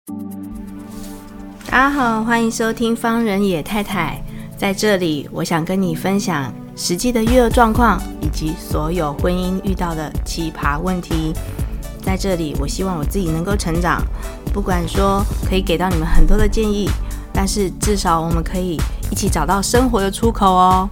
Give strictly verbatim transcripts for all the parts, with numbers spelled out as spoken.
大家好，欢迎收听方人野太太。在这里，我想跟你分享实际的育儿状况，以及所有婚姻遇到的奇葩问题。在这里，我希望我自己能够成长，不管说可以给到你们很多的建议，但是至少我们可以一起找到生活的出口哦。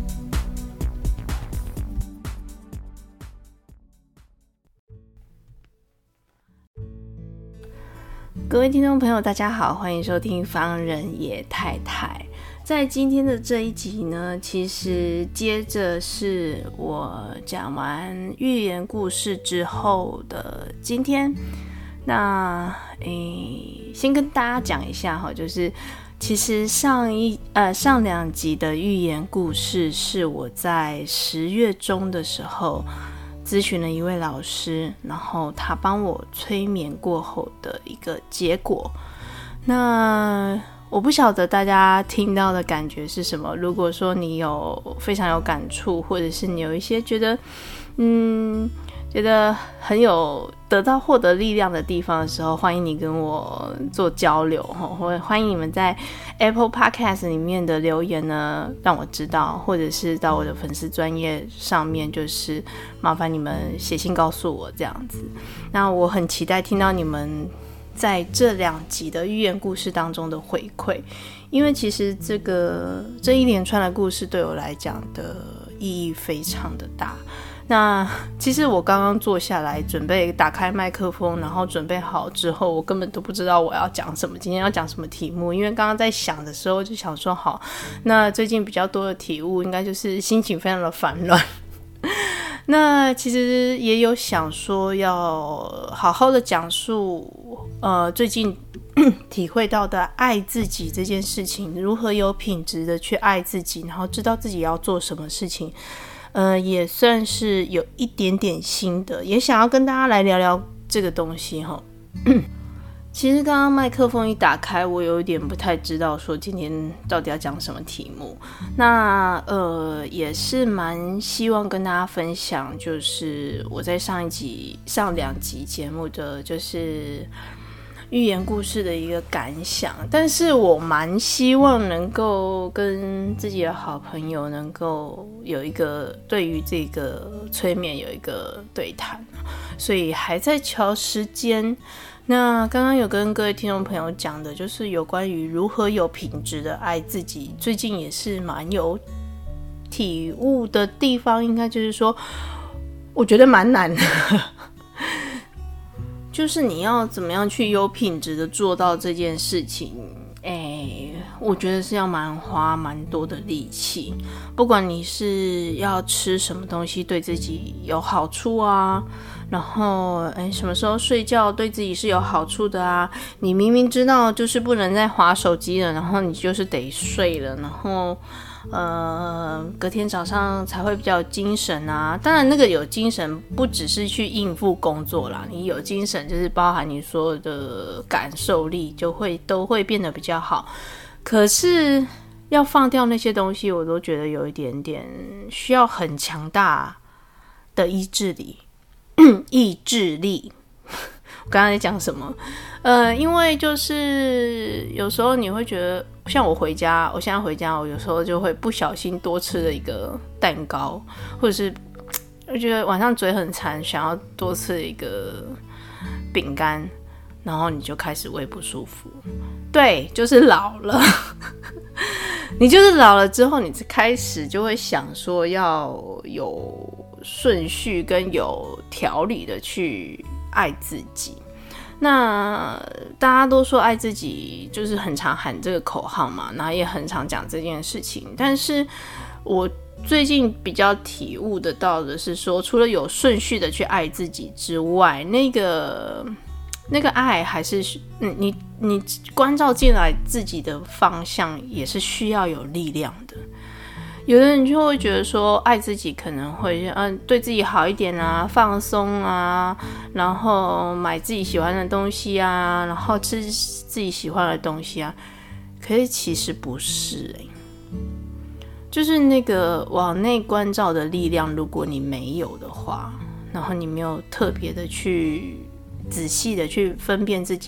各位听众朋友大家好，欢迎收听方人野太太。在今天的这一集呢，其实接着是我讲完寓言故事之后的今天。那诶，先跟大家讲一下哈，就是其实上一呃上两集的寓言故事是我在十月中的时候咨询了一位老师，然后他帮我催眠过后的一个结果。那我不晓得大家听到的感觉是什么，如果说你有非常有感触，或者是你有一些觉得嗯觉得很有得到获得力量的地方的时候，欢迎你跟我做交流，或欢迎你们在 Apple Podcast 里面的留言呢让我知道，或者是到我的粉丝专页上面，就是麻烦你们写信告诉我这样子。那我很期待听到你们在这两集的寓言故事当中的回馈，因为其实这个这一连串的故事对我来讲的意义非常的大。那其实我刚刚坐下来准备打开麦克风，然后准备好之后，我根本都不知道我要讲什么，今天要讲什么题目。因为刚刚在想的时候就想说，好，那最近比较多的体悟应该就是心情非常的烦乱。那其实也有想说要好好的讲述呃最近体会到的爱自己这件事情，如何有品质的去爱自己，然后知道自己要做什么事情。呃，也算是有一点点心得，也想要跟大家来聊聊这个东西齁。其实刚刚麦克风一打开，我有一点不太知道说今天到底要讲什么题目。那呃，也是蛮希望跟大家分享，就是我在上一集、上两集节目的就是寓言故事的一个感想，但是我蛮希望能够跟自己的好朋友能够有一个对于这个催眠有一个对谈，所以还在瞧时间。那刚刚有跟各位听众朋友讲的就是有关于如何有品质的爱自己，最近也是蛮有体悟的地方，应该就是说我觉得蛮难的就是你要怎么样去有品质的做到这件事情，哎，我觉得是要蛮花蛮多的力气。不管你是要吃什么东西对自己有好处啊，然后哎，什么时候睡觉对自己是有好处的啊，你明明知道就是不能再滑手机了，然后你就是得睡了，然后呃，隔天早上才会比较有精神啊。当然那个有精神不只是去应付工作啦，你有精神就是包含你所有的感受力就会都会变得比较好。可是要放掉那些东西，我都觉得有一点点需要很强大的意志力意志力我刚刚在讲什么？呃，因为就是有时候你会觉得，像我回家，我现在回家，我有时候就会不小心多吃了一个蛋糕，或者是我觉得晚上嘴很馋，想要多吃一个饼干，然后你就开始胃不舒服。对，就是老了。你就是老了之后，你开始就会想说要有顺序跟有条理的去爱自己。那大家都说爱自己，就是很常喊这个口号嘛，然后也很常讲这件事情。但是我最近比较体悟得到的是说，除了有顺序的去爱自己之外，那个那个爱还是你你你关照进来自己的方向，也是需要有力量的。有的人就会觉得说爱自己可能会、呃、对自己好一点啊，放松啊，然后买自己喜欢的东西啊，然后吃自己喜欢的东西啊。可是其实不是、欸、就是那个往内关照的力量，如果你没有的话，然后你没有特别的去仔细的去分辨自己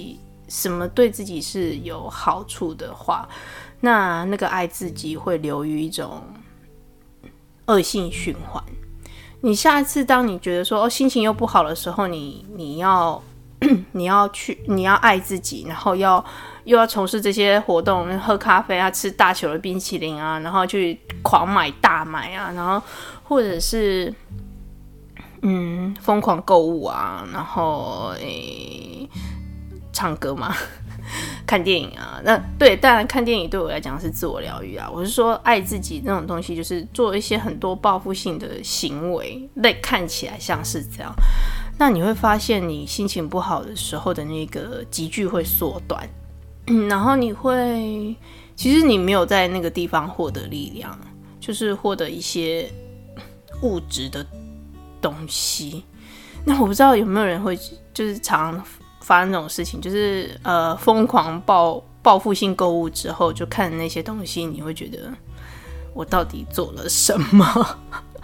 什么对自己是有好处的话，那那个爱自己会流于一种恶性循环。你下一次当你觉得说哦心情又不好的时候，你你要你要去你要爱自己，然后要又要从事这些活动，喝咖啡啊，吃大球的冰淇淋啊，然后去狂买大买啊，然后或者是嗯疯狂购物啊，然后诶唱歌嘛看电影啊，那对，当然看电影对我来讲是自我疗愈啊。我是说爱自己那种东西，就是做一些很多报复性的行为，类看起来像是这样，那你会发现你心情不好的时候的那个集聚会缩短，嗯，然后你会其实你没有在那个地方获得力量，就是获得一些物质的东西。那我不知道有没有人会就是常发生这种事情，就是呃疯狂报报复性购物之后，就看那些东西，你会觉得我到底做了什么？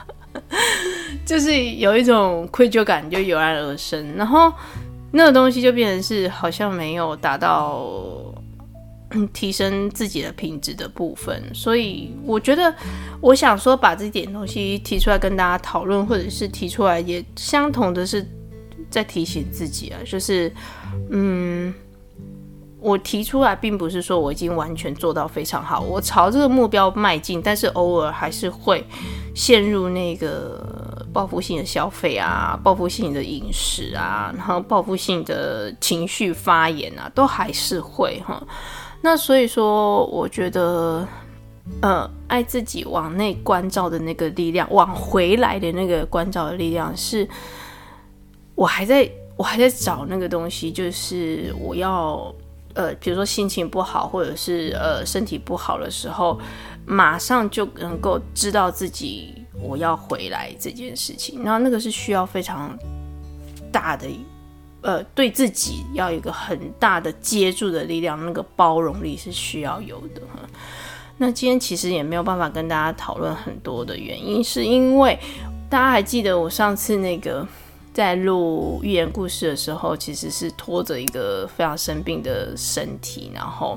就是有一种愧疚感就油然而生，然后那个东西就变成是好像没有达到提升自己的品质的部分。所以我觉得我想说把这点东西提出来跟大家讨论，或者是提出来也相同的是在提醒自己啊，就是嗯我提出来并不是说我已经完全做到非常好，我朝这个目标迈进，但是偶尔还是会陷入那个报复性的消费啊，报复性的饮食啊，然后报复性的情绪发言啊，都还是会哈。那所以说我觉得呃，爱自己往内关照的那个力量，往回来的那个关照的力量，是我还在我还在找那个东西，就是我要呃，比如说心情不好，或者是呃身体不好的时候，马上就能够知道自己我要回来这件事情。然后那个是需要非常大的呃，对自己要有一个很大的接住的力量，那个包容力是需要有的。那今天其实也没有办法跟大家讨论很多的原因，是因为大家还记得我上次那个在录寓言故事的时候，其实是拖着一个非常生病的身体，然后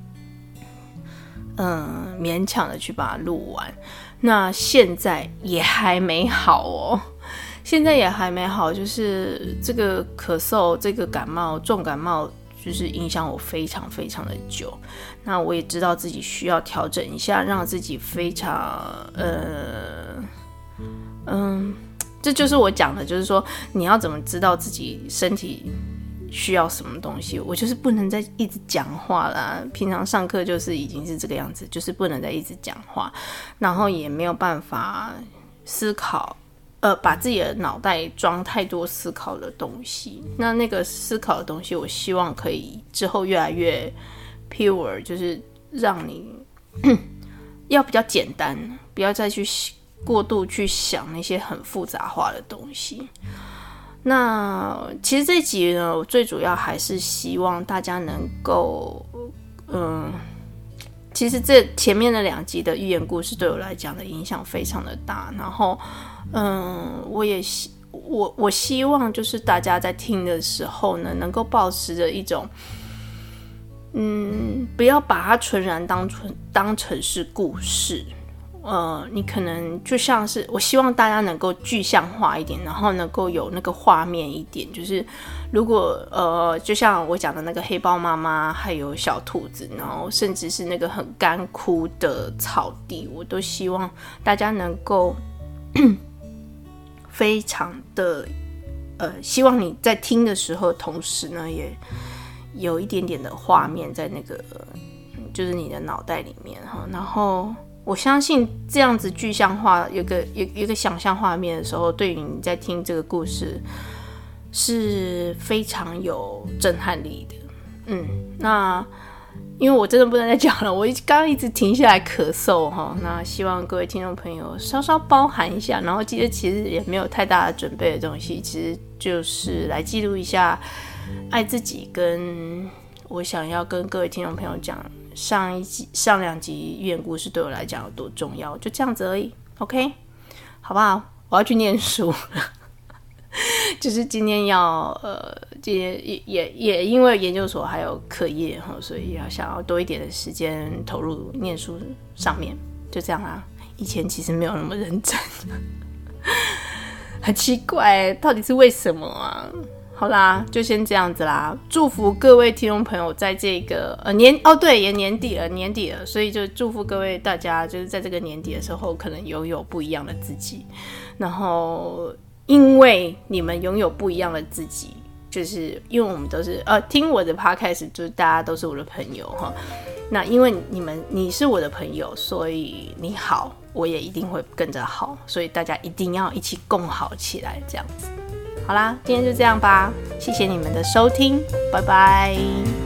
嗯，勉强的去把它录完。那现在也还没好哦，现在也还没好，就是这个咳嗽，这个感冒，重感冒，就是影响我非常非常的久。那我也知道自己需要调整一下，让自己非常呃嗯。这就是我讲的，就是说你要怎么知道自己身体需要什么东西。我就是不能再一直讲话啦，平常上课就是已经是这个样子，就是不能再一直讲话，然后也没有办法思考，呃，把自己的脑袋装太多思考的东西。那那个思考的东西，我希望可以之后越来越 pure， 就是让你要比较简单，不要再去过度去想那些很复杂化的东西。那其实这一集呢，我最主要还是希望大家能够，嗯，其实这前面的两集的寓言故事对我来讲的影响非常的大。然后，嗯，我也希我我希望就是大家在听的时候呢，能够抱持着一种，嗯，不要把它纯然当成当成是故事。呃，你可能就像是，我希望大家能够具象化一点，然后能够有那个画面一点。就是如果呃，就像我讲的那个黑豹妈妈，还有小兔子，然后甚至是那个很干枯的草地，我都希望大家能够非常的呃，希望你在听的时候，同时呢，也有一点点的画面在那个，就是你的脑袋里面哈，然后。我相信这样子具象化，有个有有一个想象画面的时候，对于你在听这个故事是非常有震撼力的。嗯，那因为我真的不能再讲了，我刚刚一直停下来咳嗽哈，那希望各位听众朋友稍稍包涵一下，然后记得其实也没有太大的准备的东西，其实就是来记录一下爱自己，跟我想要跟各位听众朋友讲。上一集、上两集寓言故事对我来讲有多重要，就这样子而已 ，OK， 好不好？我要去念书，就是今天要呃也也也也因为研究所还有课业哈，所以要想要多一点的时间投入念书上面，就这样啦。以前其实没有那么认真，很奇怪，到底是为什么啊？好啦，就先这样子啦。祝福各位听众朋友，在这个呃年哦对，也年底了，年底了，所以就祝福各位大家，就是在这个年底的时候，可能拥有不一样的自己。然后，因为你们拥有不一样的自己，就是因为我们都是呃听我的 podcast， 就是大家都是我的朋友哈。那因为你们你是我的朋友，所以你好，我也一定会跟着好，所以大家一定要一起共好起来，这样子。好啦，今天就这样吧，谢谢你们的收听，拜拜。